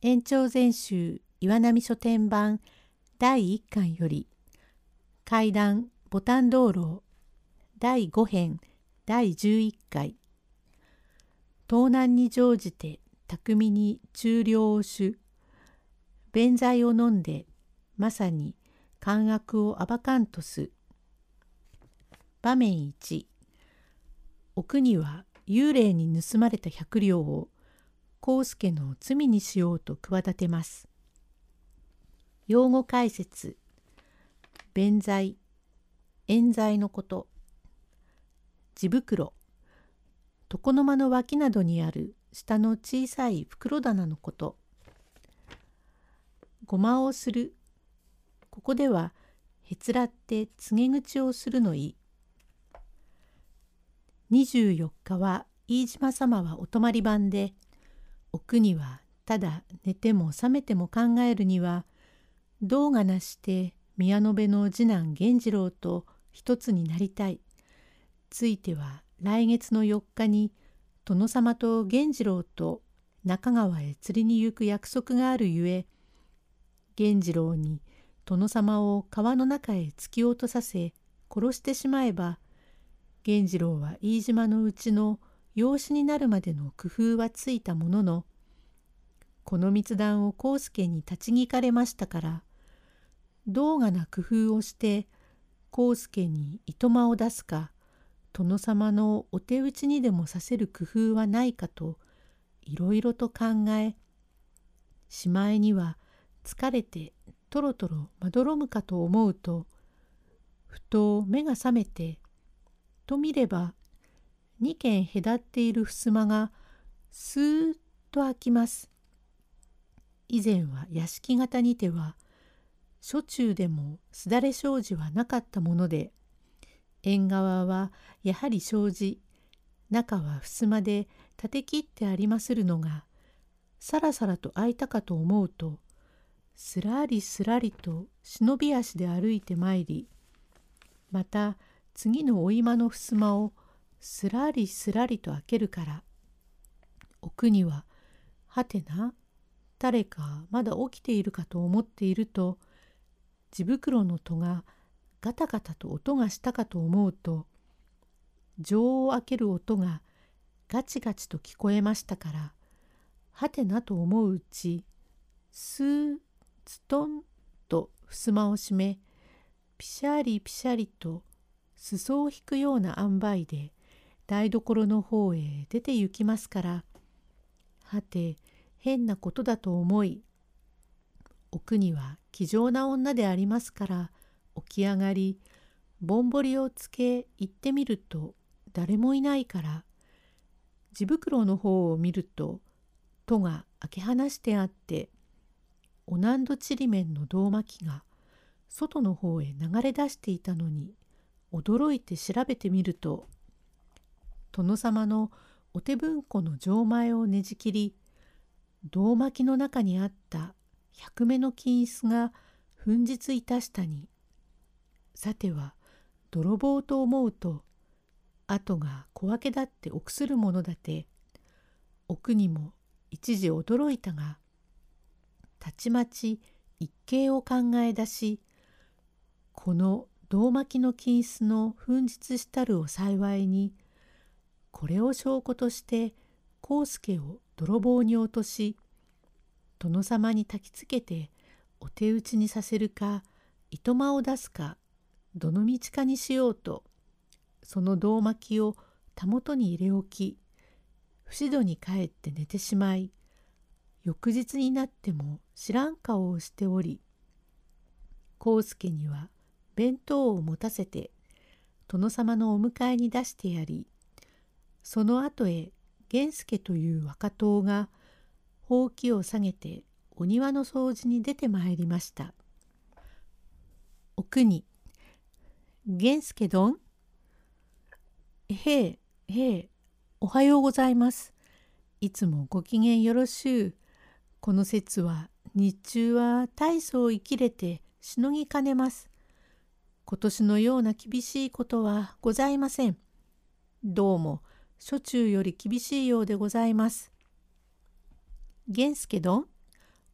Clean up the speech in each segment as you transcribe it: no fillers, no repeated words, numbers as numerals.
延長全集岩波書店版第1巻より怪談牡丹道路第5編第11回盗難に乗じて巧みに中量を主弁剤を飲んでまさに奸悪を暴かんとす。場面1、お国は幽霊に盗まれた100両を康介の罪にしようと企てます。用語解説。弁剤、冤罪のこと。地袋、床の間の脇などにある下の小さい袋棚のこと。ごまをする。ここではへつらって告げ口をするのいい。24日は飯島様はお泊まり番で、お国はただ寝ても覚めても考えるには、どうがなして宮延の次男源次郎と一つになりたい。ついては来月の4日に殿様と源次郎と中川へ釣りに行く約束があるゆえ、源次郎に殿様を川の中へ突き落とさせ殺してしまえば、源次郎は飯島のうちの養子になるまでの工夫はついたものの、この密談を康介に立ち聞かれましたから、どうがな工夫をして康介にいとまを出すか、殿様のお手討ちにでもさせる工夫はないかといろいろと考え、しまいには疲れてとろとろまどろむかと思うと、ふと目が覚めて、と見れば2軒隔っている襖がスーッと開きます。以前は屋敷型にては、初中でもすだれ障子はなかったもので、縁側はやはり障子、中は襖で立て切ってありまするのが、さらさらと開いたかと思うと、すらりすらりと忍び足で歩いてまいり、また次のお今の襖をすらりすらりと開けるから、お国ははてな、誰かまだ起きているかと思っていると、地袋の戸がガタガタと音がしたかと思うと、錠を開ける音がガチガチと聞こえましたから、はてなと思ううち、スーツトンと襖を閉め、ピシャリピシャリと裾を引くような塩梅で台所の方へ出て行きますから、はて変なことだと思い、お国は気丈な女でありますから起き上がり、ぼんぼりをつけ行ってみると誰もいないから、地袋の方を見ると戸が開け放してあって、おなんどちりめんの胴巻きが外の方へ流れ出していたのに、驚いて調べてみると、殿様のお手文庫の錠前をねじ切り、胴巻きの中にあった100目の金子が紛失いたしたに、さては泥棒と思うと、後が小分けだって臆するものだて、お国も一時驚いたが、たちまち一計を考え出し、この胴巻きの金子の紛失したるを幸いに、これを証拠として康介を泥棒に落とし、殿様に焚きつけてお手討ちにさせるか、いとまを出すか、どのみちかにしようと、その胴巻きをたもとに入れ置き、ふしどに帰って寝てしまい、翌日になっても知らん顔をしており、康介には弁当を持たせて殿様のお迎えに出してやり、その後へ源助という若党がほうきを下げてお庭の掃除に出てまいりました。お国、源助どん。へえ、へえ、おはようございます。いつもご機嫌よろしゅう。この節は日中は大層生きれてしのぎかねます。今年のような厳しいことはございません。どうも初中より厳しいようでございます。源助どん、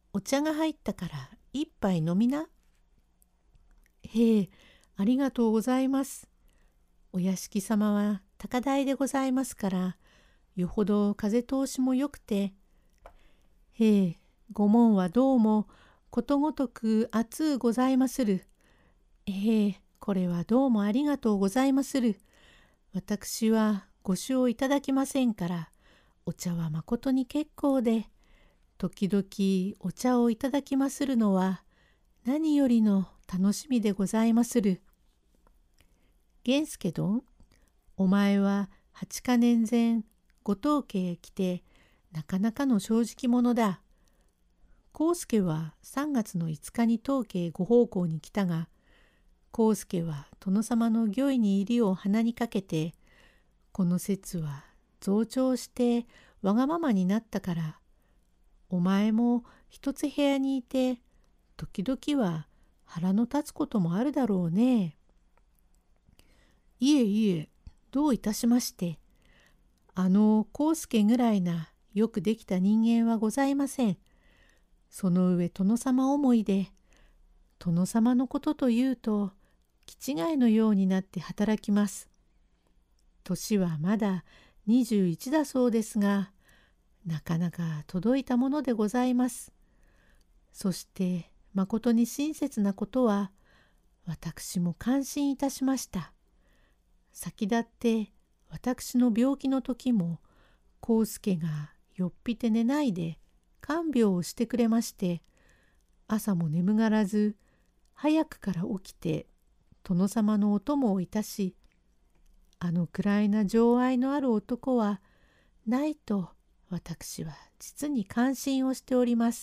お茶が入ったから一杯飲みな。へえ、ありがとうございます。お屋敷様は高台でございますから、よほど風通しもよくて。へえ、ご門はどうもことごとく暑うございまする。へえ、これはどうもありがとうございまする。私はご酒をいただきませんから、お茶はまことに結構で、時々お茶をいただきまするのは何よりの楽しみでございまする。源助どん、お前は8か年前、ご当家へ来て、なかなかの正直者だ。康介は3月の5日に当家へご奉公に来たが、康介は殿様の御意に入りを鼻にかけて、この節は増長してわがままになったから、お前も一つ部屋にいて、時々は腹の立つこともあるだろうね。いえいえ、どういたしまして。康介ぐらいなよくできた人間はございません。その上殿様思いで、殿様のことというと、気違いのようになって働きます。年はまだ21だそうですが、なかなか届いたものでございます。そしてまことに親切なことは、私も感心いたしました。先立って私の病気の時も、康介がよっぴて寝ないで看病をしてくれまして、朝も眠がらず、早くから起きて、殿様のお供をいたし、あのくらいな情愛のある男はないと私は実に感心をしております。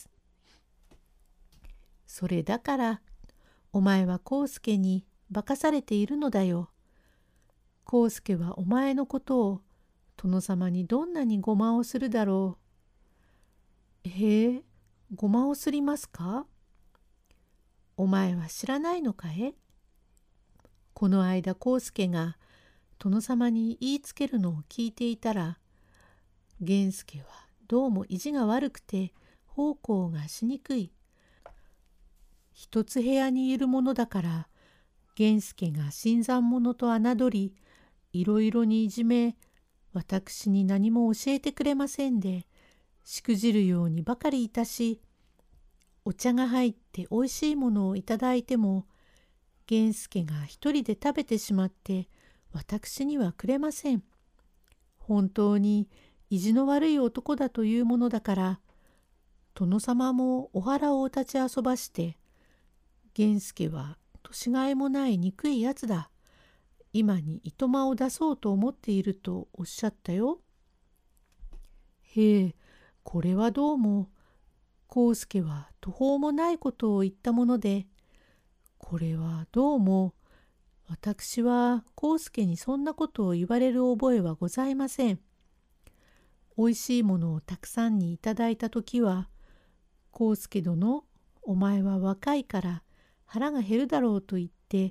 それだからお前は康介に化かされているのだよ。康介はお前のことを殿様にどんなにごまをするだろう。へえ、ごまをすりますか？お前は知らないのかえ？この間康介が殿様に言いつけるのを聞いていたら、源助はどうも意地が悪くて奉公がしにくい。一つ部屋にいるものだから、源助が新参者と侮り、いろいろにいじめ、私に何も教えてくれませんで、しくじるようにばかりいたし、お茶が入っておいしいものをいただいても、源助が一人で食べてしまって、私にはくれません。本当に意地の悪い男だというものだから、殿様もお腹をお立ち遊ばして、源助は年がいもない憎いやつだ。今にいとまを出そうと思っているとおっしゃったよ。へえ、これはどうも、康介は途方もないことを言ったもので、これはどうも、私は康介にそんなことを言われる覚えはございません。おいしいものをたくさんにいただいたときは、康介殿、お前は若いから腹が減るだろうと言って、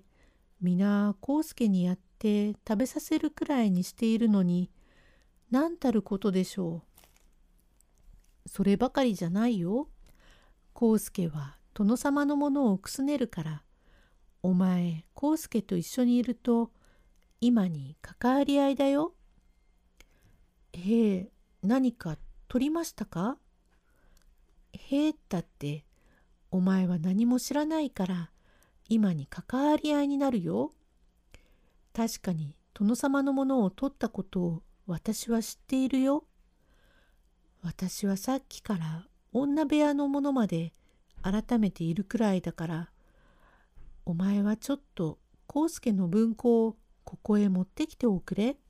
皆康介にやって食べさせるくらいにしているのに、何たることでしょう。そればかりじゃないよ。康介は殿様のものをくすねるから、お前康介と一緒にいると今に関わり合いだよ。へえ、何か取りましたか？へえだってお前は何も知らないから今に関わり合いになるよ。確かに殿様のものを取ったことを私は知っているよ。私はさっきから女部屋のものまで改めているくらいだから、お前はちょっと康介の文庫をここへ持ってきておくれ。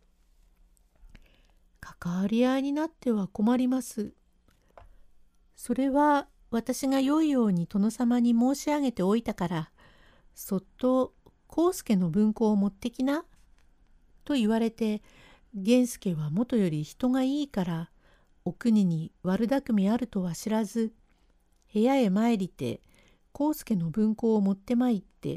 関わり合いになっては困ります。それは私が良いように殿様に申し上げておいたから、そっと康介の文庫を持ってきな。と言われて、源助はもとより人がいいから、お国に悪巧みあるとは知らず、部屋へ参りて、康介の文庫を持ってまいって、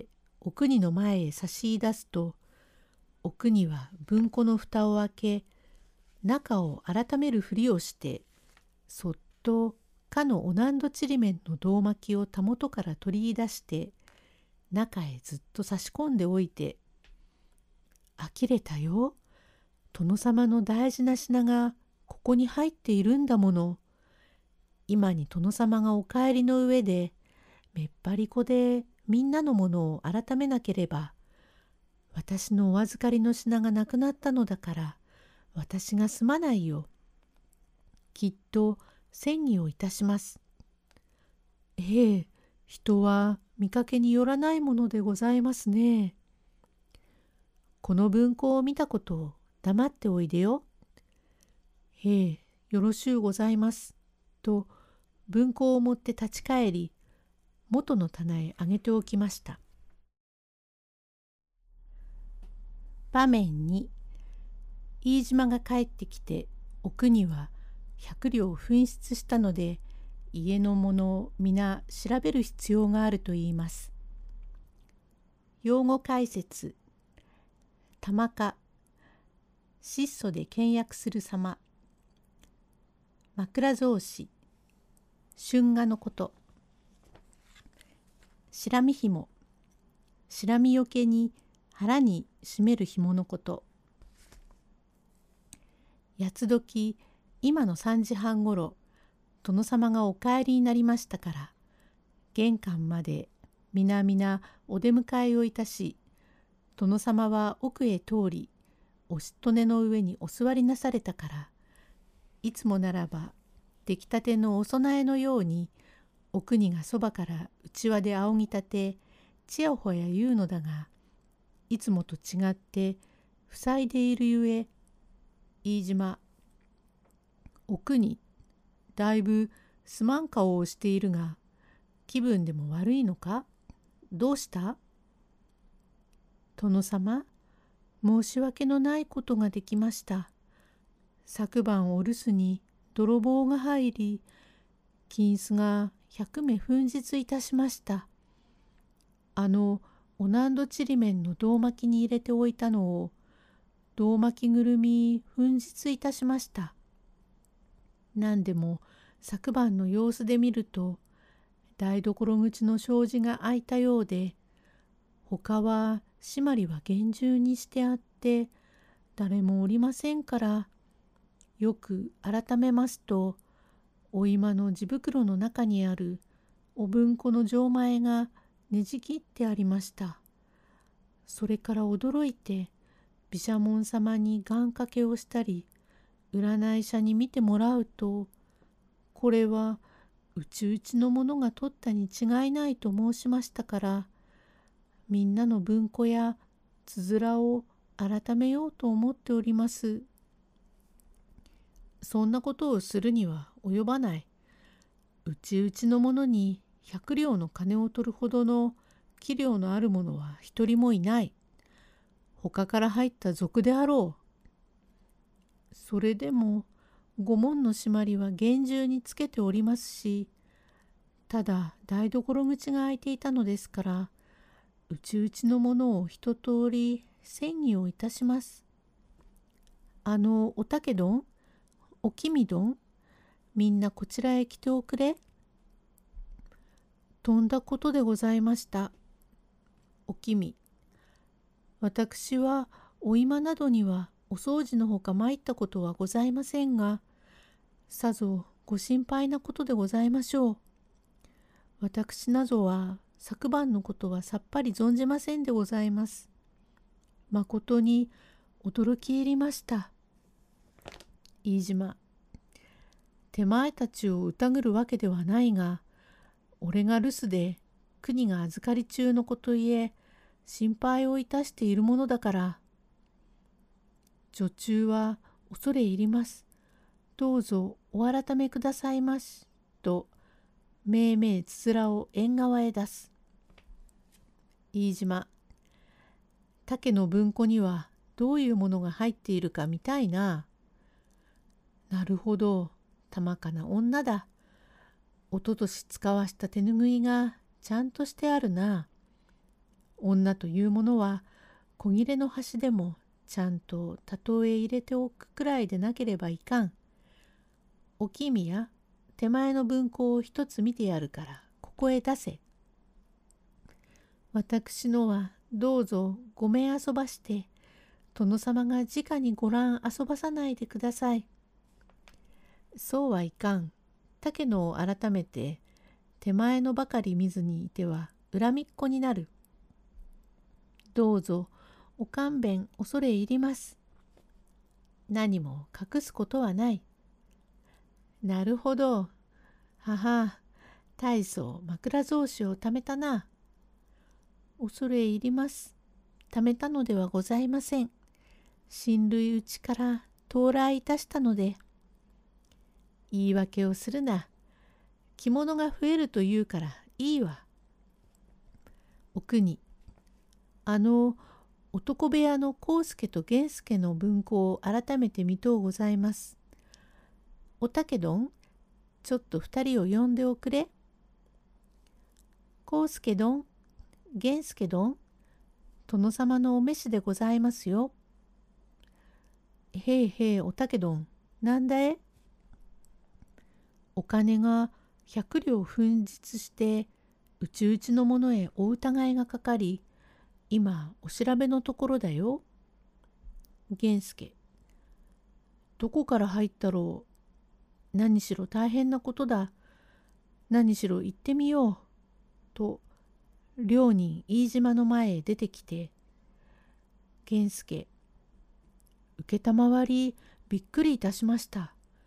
お国の前へ差し出すと、お国は文庫の蓋を開け、中を改めるふりをして、そっとかのおなんどちりめんの胴巻きをたもとから取り出して、中へずっと差し込んでおいて、呆れたよ。殿様の大事な品がここに入っているんだもの。今に殿様がお帰りの上で、めっぱりこでみんなのものを改めなければ、私のお預かりの品がなくなったのだから、私がすまないよ。きっと詮議をいたします。ええ、人は見かけによらないものでございますね。この文庫を見たことを黙っておいでよ。ええ、よろしゅうございます。と文庫を持って立ち返り、元の棚へ上げておきました。場面に、飯島が帰ってきて、お国は100両紛失したので、家のものを皆調べる必要があると言います。用語解説。玉化、質素で倹約する様。枕草子、春画のこと。しみ紐、しみよけに腹に締める紐のこと。八つ時、今の3時半ごろ、殿様がお帰りになりましたから、玄関まで皆々お出迎えをいたし、殿様は奥へ通り、おしっとねの上にお座りなされたから、いつもならば出来たてのお供えのように、お国がそばからうちわで仰ぎ立て、ちやほや言うのだが、いつもと違って塞いでいるゆえ、飯島、お国、だいぶすまん顔をしているが、気分でも悪いのか？どうした？殿様、申し訳のないことができました。昨晩お留守に泥棒が入り、金子が100目紛失いたしました。おなんどちりめんの胴巻きに入れておいたのを、胴巻きぐるみ紛失いたしました。何でも昨晩の様子で見ると、台所口の障子が開いたようで、他は締まりは厳重にしてあって、誰もおりませんから、よく改めますと、お今の地袋の中にあるお文庫の錠前がねじ切ってありました。それから驚いて、毘沙門様に願掛けをしたり、占い師に見てもらうと、これはうちの者が取ったに違いないと申しましたから、みんなの文庫やつづらを改めようと思っております。そんなことをするには及ばない。うちの者に100両の金を取るほどの器量のある者は一人もいない。他から入った賊であろう。それでも御門の締まりは厳重につけておりますし、ただ台所口が開いていたのですから、うちのものを一通り詮議をいたします。おたけどん、おきみどん、みんなこちらへ来ておくれ。とんだことでございました。おきみ、私はお今などにはお掃除のほか参ったことはございませんが、さぞご心配なことでございましょう。私などは昨晩のことはさっぱり存じませんでございます。まことに驚き入りました。飯島、手前たちを疑るわけではないが、俺が留守で国が預かり中のことゆえ、心配をいたしているものだから。女中は恐れ入ります。どうぞお改めくださいまし。と、めいめいつづらを縁側へ出す。飯島、竹の文庫にはどういうものが入っているか見たいな。なるほど、玉かな女だ。おととし使わした手ぬぐいがちゃんとしてあるな。女というものは小切れの端でもちゃんとたとえ入れておくくらいでなければいかん。おきみや手前の文庫を一つ見てやるからここへ出せ。私のはどうぞごめん遊ばして、殿様が直にご覧遊ばさないでください。そうはいかん。竹野を改めて手前のばかり見ずにいては恨みっこになる。どうぞお勘弁恐れ入ります。何も隠すことはない。なるほど。はは、大層枕草子をためたな。恐れ入ります。ためたのではございません。親類うちから到来いたしたので。言い訳をするな。着物が増えるというからいいわ。お国、男部屋の康介と源助の文庫を改めて見とうございます。おたけどん、ちょっと二人を呼んでおくれ。康介どん、源助どん、殿様のお召しでございますよ。へいへいおたけどん、なんだえ。お金が100両紛失してうちうちの者へお疑いがかかり、今お調べのところだよ。源助、どこから入ったろう。何しろ大変なことだ。何しろ行ってみよう。と両人飯島の前へ出てきて、源助、承りびっくりいたしました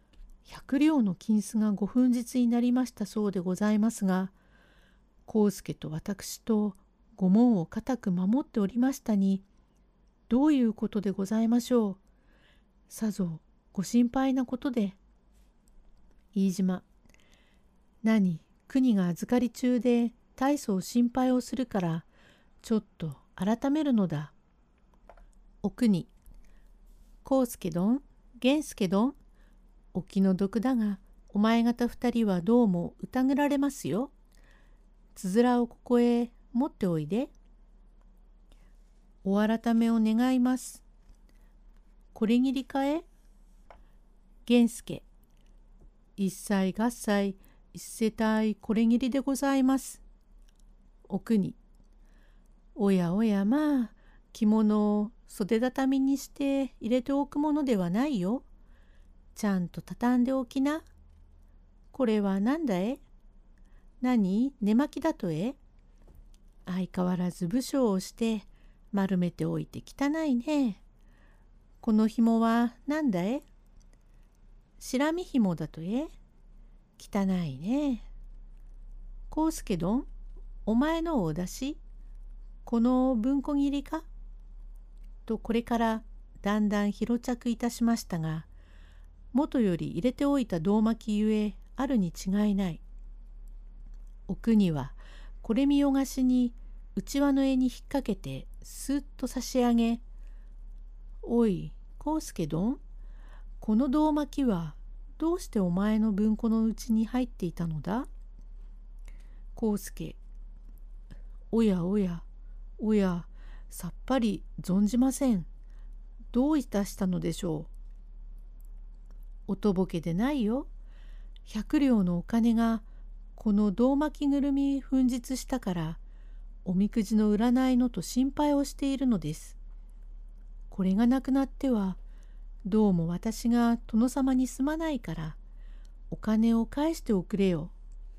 。100両の金子がご紛失になりましたそうでございますが、康介と私と御門を固く守っておりましたに、どういうことでございましょう。さぞご心配なことで。飯島、何、国が預かり中で大層心配をするから、ちょっと改めるのだ。お国、康介どん、源助どん、お気の毒だが、お前方二人はどうも疑られますよ。つづらをここへ持っておいで。お改めを願います。これぎりかえ。源助、一切合切一世帯これぎりでございます。お国、おやおや、まあ着物を袖畳にして入れておくものではないよ。ちゃんと畳んでおきな。これは何だえ。何、寝巻きだとえ。相変わらず武将をして丸めておいて汚いね。この紐は何だえ。白身紐だとえ。汚いね。康介どん、お前のお出し、この文庫切りか。とこれからだんだん広着いたしましたが、元より入れておいた胴巻きゆえあるに違いない。お国はこれ見よがしにうちわの柄に引っ掛けてすっと差し上げ、おい康介どん、この胴巻きはどうしてお前の文庫のうちに入っていたのだ。康介、おやおやおや、さっぱり存じません。どういたしたのでしょう。おとぼけでないよ。100両のお金がこの胴巻きぐるみ紛失したから、おみくじの占いのと心配をしているのです。これがなくなっては、どうも私が殿様にすまないから、お金を返しておくれよ。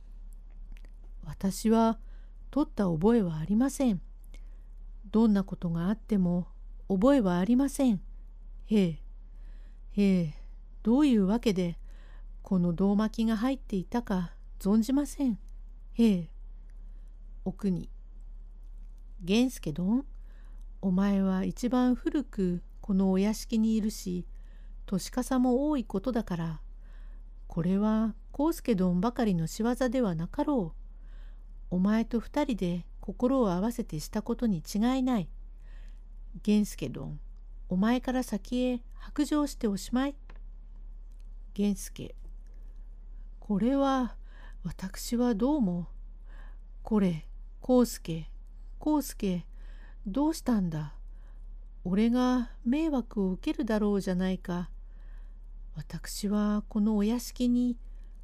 私は取った覚えはありません。どんなことがあっても覚えはありません。へえ、へえ、どういうわけでこの胴巻きが入っていたか存じません。へえ。お国、源助どん、お前は一番古くこのお屋敷にいるし、年かさも多いことだから、これは康介どんばかりの仕業ではなかろう。お前と二人で心を合わせてしたことに違いない。源助どん、お前から先へ白状しておしまい。源助、これは私はどうも。これ、康介、康介、どうしたんだ。俺が迷惑を受けるだろうじゃないか。私はこのお屋敷に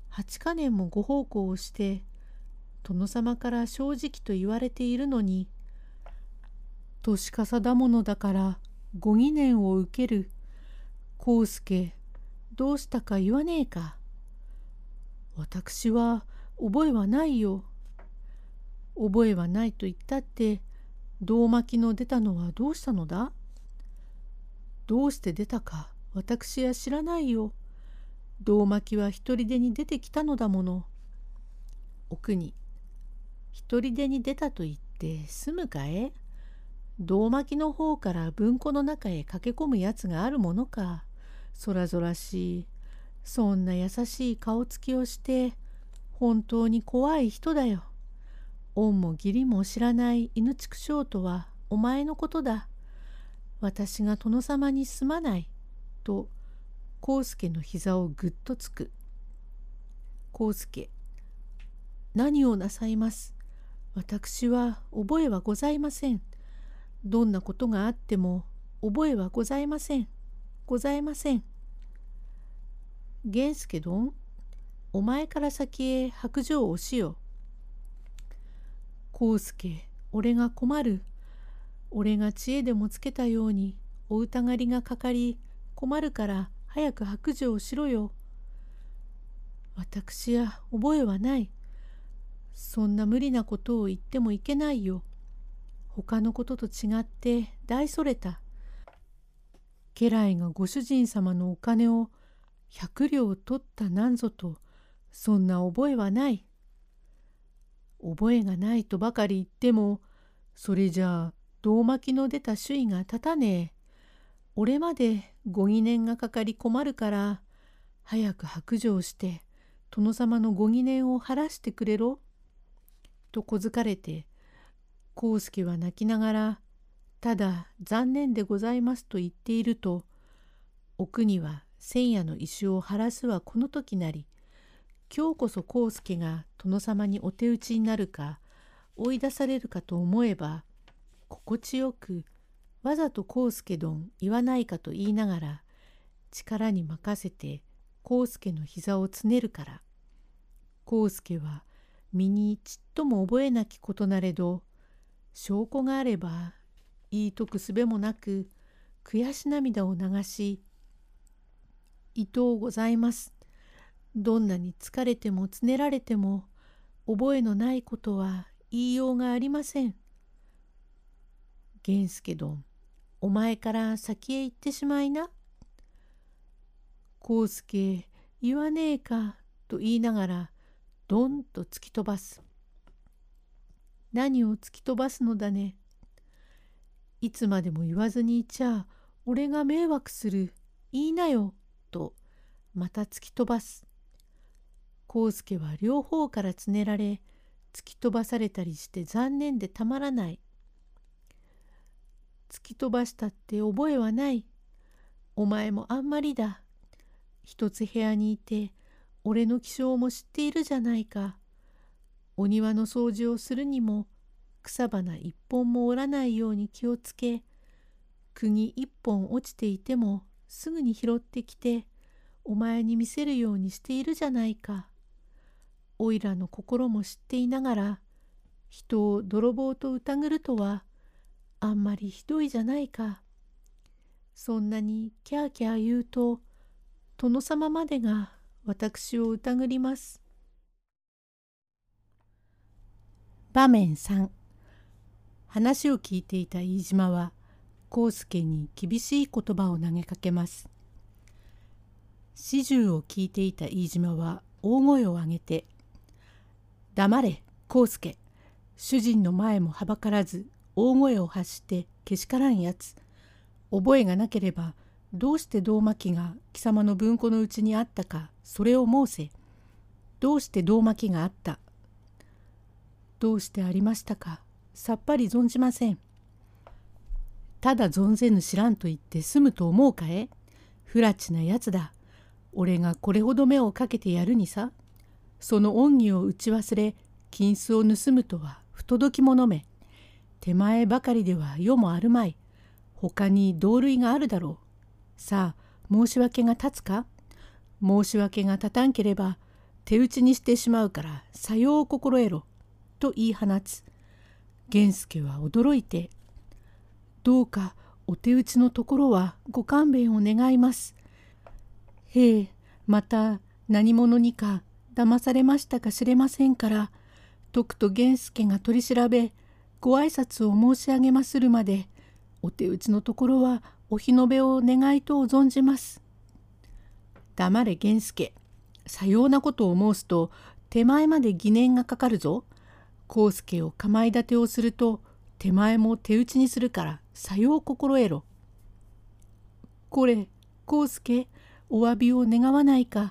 8か年もご奉公をして、殿様から正直と言われているのに、年かさだものだからご疑念を受ける。康介、どうしたか言わねえか。私は覚えはないよ。覚えはないと言ったって、胴巻きの出たのはどうしたのだ？どうして出たか私は知らないよ。胴巻きは一人でに出てきたのだもの。お国、一人でに出たと言って済むかえ？胴巻きの方から文庫の中へ駆け込むやつがあるものか。そらぞらしい。そんな優しい顔つきをして、本当に怖い人だよ。恩も義理も知らない犬畜生とはお前のことだ。私が殿様にすまない。と、康介の膝をぐっとつく。康介、何をなさいます。私は覚えはございません。どんなことがあっても覚えはございません。ございません。源助どん、お前から先へ白状をしよ。康介、俺が困る。俺が知恵でもつけたようにお疑りがかかり困るから早く白状をしろよ。私は覚えはない。そんな無理なことを言ってもいけないよ。他のことと違って大それた。家来がご主人様のお金を100両取ったなんぞと、そんな覚えはない。覚えがないとばかり言っても、それじゃあ胴巻きの出た首位が立たねえ。俺までご疑念がかかり困るから、早く白状して殿様のご疑念を晴らしてくれろ。と小づかれて、康介は泣きながら、ただ残念でございますと言っていると、お国は千夜の石を晴らすはこの時なり、今日こそ康介が殿様にお手打ちになるか、追い出されるかと思えば、心地よく、わざと康介どん言わないかと言いながら、力に任せて康介の膝をつねるから、康介は身にちっとも覚えなきことなれど、証拠があれば言い解くすべもなく、悔し涙を流し、いとうございます。どんなに疲れてもつねられても、覚えのないことは言いようがありません。源助どん、お前から先へ行ってしまいな。康介、言わねえか、と言いながら、どんと突き飛ばす。何を突き飛ばすのだね。いつまでも言わずにいちゃ、俺が迷惑する。言いなよ。と、また突き飛ばす。康介は両方からつねられ、突き飛ばされたりして残念でたまらない。突き飛ばしたって覚えはない。お前もあんまりだ。一つ部屋にいて、俺の気性も知っているじゃないか。お庭の掃除をするにも、草花一本も折らないように気をつけ、釘一本落ちていてもすぐに拾ってきて、お前に見せるようにしているじゃないか。おいらの心も知っていながら、人を泥棒と疑るとは、あんまりひどいじゃないか。そんなにキャーキャー言うと、殿様までが私を疑ります。場面3。話を聞いていた飯島は、康介に厳しい言葉を投げかけます。始終を聞いていた飯島は大声を上げて、黙れ、康介。主人の前もはばからず、大声を発してけしからんやつ。覚えがなければ、どうして胴巻きが貴様の文庫のうちにあったか、それを申せ。どうして胴巻きがあった。どうしてありましたか、さっぱり存じません。ただ存ぜぬ知らんと言って済むと思うかえ。不埒なやつだ。俺がこれほど目をかけてやるにさ。その恩義を打ち忘れ、金子を盗むとは不届き者め。手前ばかりでは世もあるまい。他に同類があるだろう。さあ、申し訳が立つか。申し訳が立たんければ、 手打ちにしてしまうからさようを心得ろ」と言い放つ。源助は驚いて「どうかお手打ちのところはご勘弁を願います。へえ、また何者にか騙されましたかしれませんから、とくと源助が取り調べご挨拶を申し上げまするまでお手打ちのところはお日延べを願いとを存じます。」黙れ源助、さようなことを申すと手前まで疑念がかかるぞ。康介を構い立てをすると手前も手打ちにするからさよう心得ろ。これ康介、お詫びを願わないか。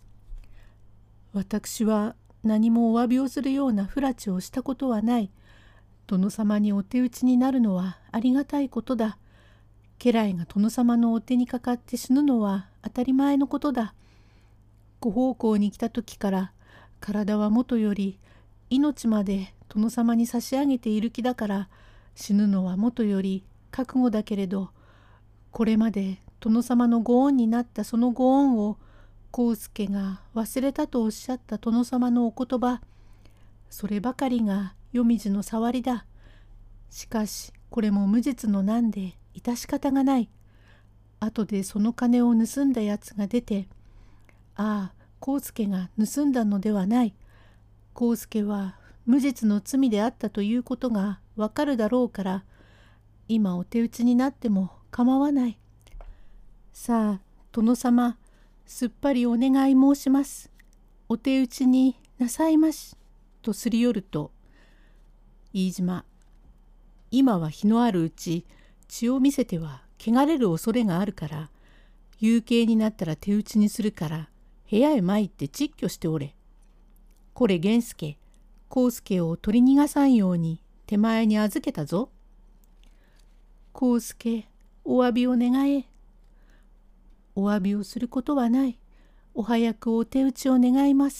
私は何もお詫びをするような不埒をしたことはない。殿様にお手打ちになるのはありがたいことだ。家来が殿様のお手にかかって死ぬのは当たり前のことだ。ご奉公に来た時から体はもとより命まで殿様に差し上げている気だから、死ぬのはもとより覚悟だけれど、これまで殿様のご恩になったそのご恩を康介が忘れたとおっしゃった殿様のお言葉、そればかりが夜水の触りだ。しかしこれも無実の難で致し方がない。後でその金を盗んだやつが出て、ああ、康介が盗んだのではない。康介は無実の罪であったということがわかるだろうから、今お手打ちになっても構わない。さあ、殿様、すっぱりお願い申します。お手打ちになさいまし。とすり寄ると、飯島、今は日のあるうち、血を見せては汚れる恐れがあるから、夕景になったら手打ちにするから、部屋へ参って蟄居しておれ。これ源助、康介を取り逃がさんように手前に預けたぞ。康介、お詫びを願え。お詫びをすることはない。お早くお手打ちを願います。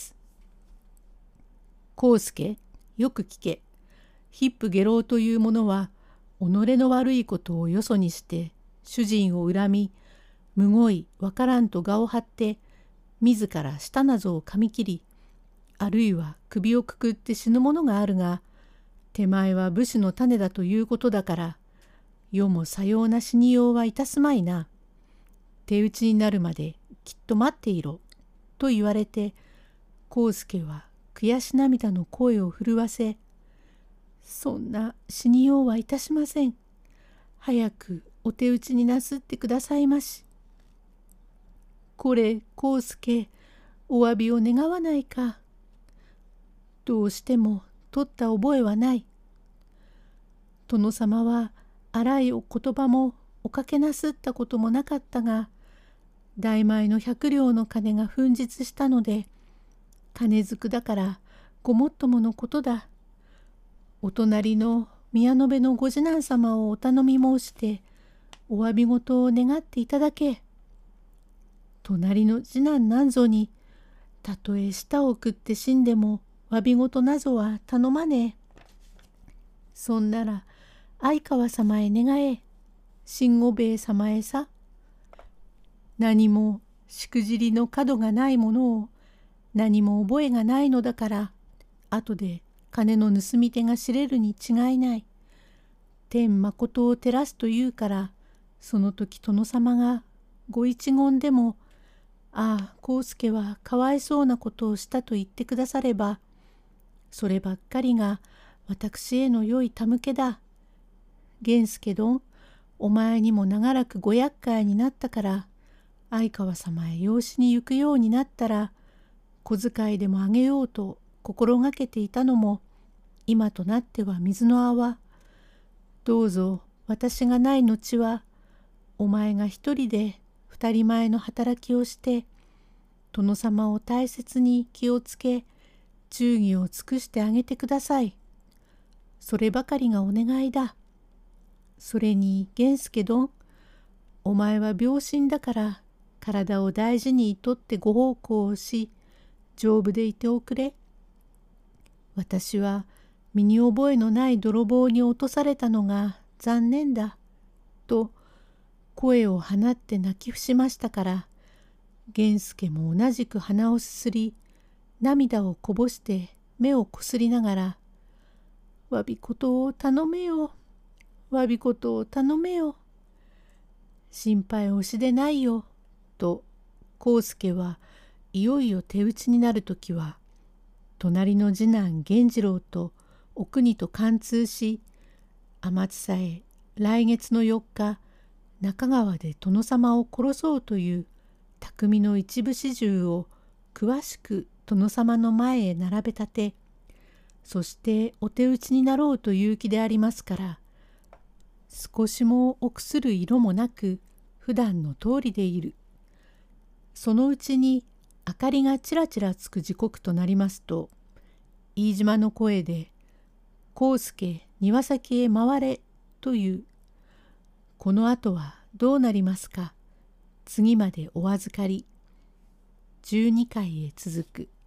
康介、よく聞け。ヒップ下郎というものは、己の悪いことをよそにして、主人を恨み、むごいわからんと我を張って、自ら舌なぞを噛み切り、あるいは首をくくって死ぬものがあるが、手前は武士の種だということだから、世もさような死にようはいたすまいな。手打ちになるまできっと待っていろ。と言われて、康介は悔し涙の声を震わせ、そんな死にようはいたしません。早くお手打ちになすってくださいまし。これ康介、お詫びを願わないか。どうしても取った覚えはない。殿様は荒いお言葉もおかけなすったこともなかったが、大前の100両の金が紛失したので、金づくだからごもっとものことだ。お隣の宮野辺のご次男様をお頼み申して、お詫び事を願っていただけ。隣の次男なんぞに、たとえ舌を食って死んでも詫び事なぞは頼まねえ。そんなら相川様へ願え、新五兵衛様へさ。何もしくじりの角がないものを、何も覚えがないのだから、後で金の盗み手が知れるに違いない。天まことを照らすというから、その時殿様がご一言でも、ああ、康介はかわいそうなことをしたと言ってくだされば、そればっかりが私への良い手向けだ。源助殿、お前にも長らくご厄介になったから、相川様へ養子に行くようになったら、小遣いでもあげようと心がけていたのも、今となっては水の泡。どうぞ私がない後は、お前が一人で二人前の働きをして、殿様を大切に気をつけ、忠義を尽くしてあげてください。そればかりがお願いだ。それに源助殿、お前は病身だから体を大事にとってご奉公をし、丈夫でいておくれ。私は身に覚えのない泥棒に落とされたのが残念だ。と声を放って泣き伏しましたから、源助も同じく鼻をすすり、 涙をこぼして目をこすりながら、わびことを頼めよ、わびことを頼めよ、心配おしでないよ、と康介はいよいよ手打ちになるときは、隣の次男源次郎とお国と貫通し、天津さえ来月の4日、中川で殿様を殺そうという匠の一部始終を詳しく殿様の前へ並べ立て、そしてお手打ちになろうという気でありますから、少しも臆する色もなく普段の通りでいる。そのうちに明かりがちらちらつく時刻となりますと、飯島の声で、康介庭先へ回れという。この後はどうなりますか。次までお預かり。12回へ続く。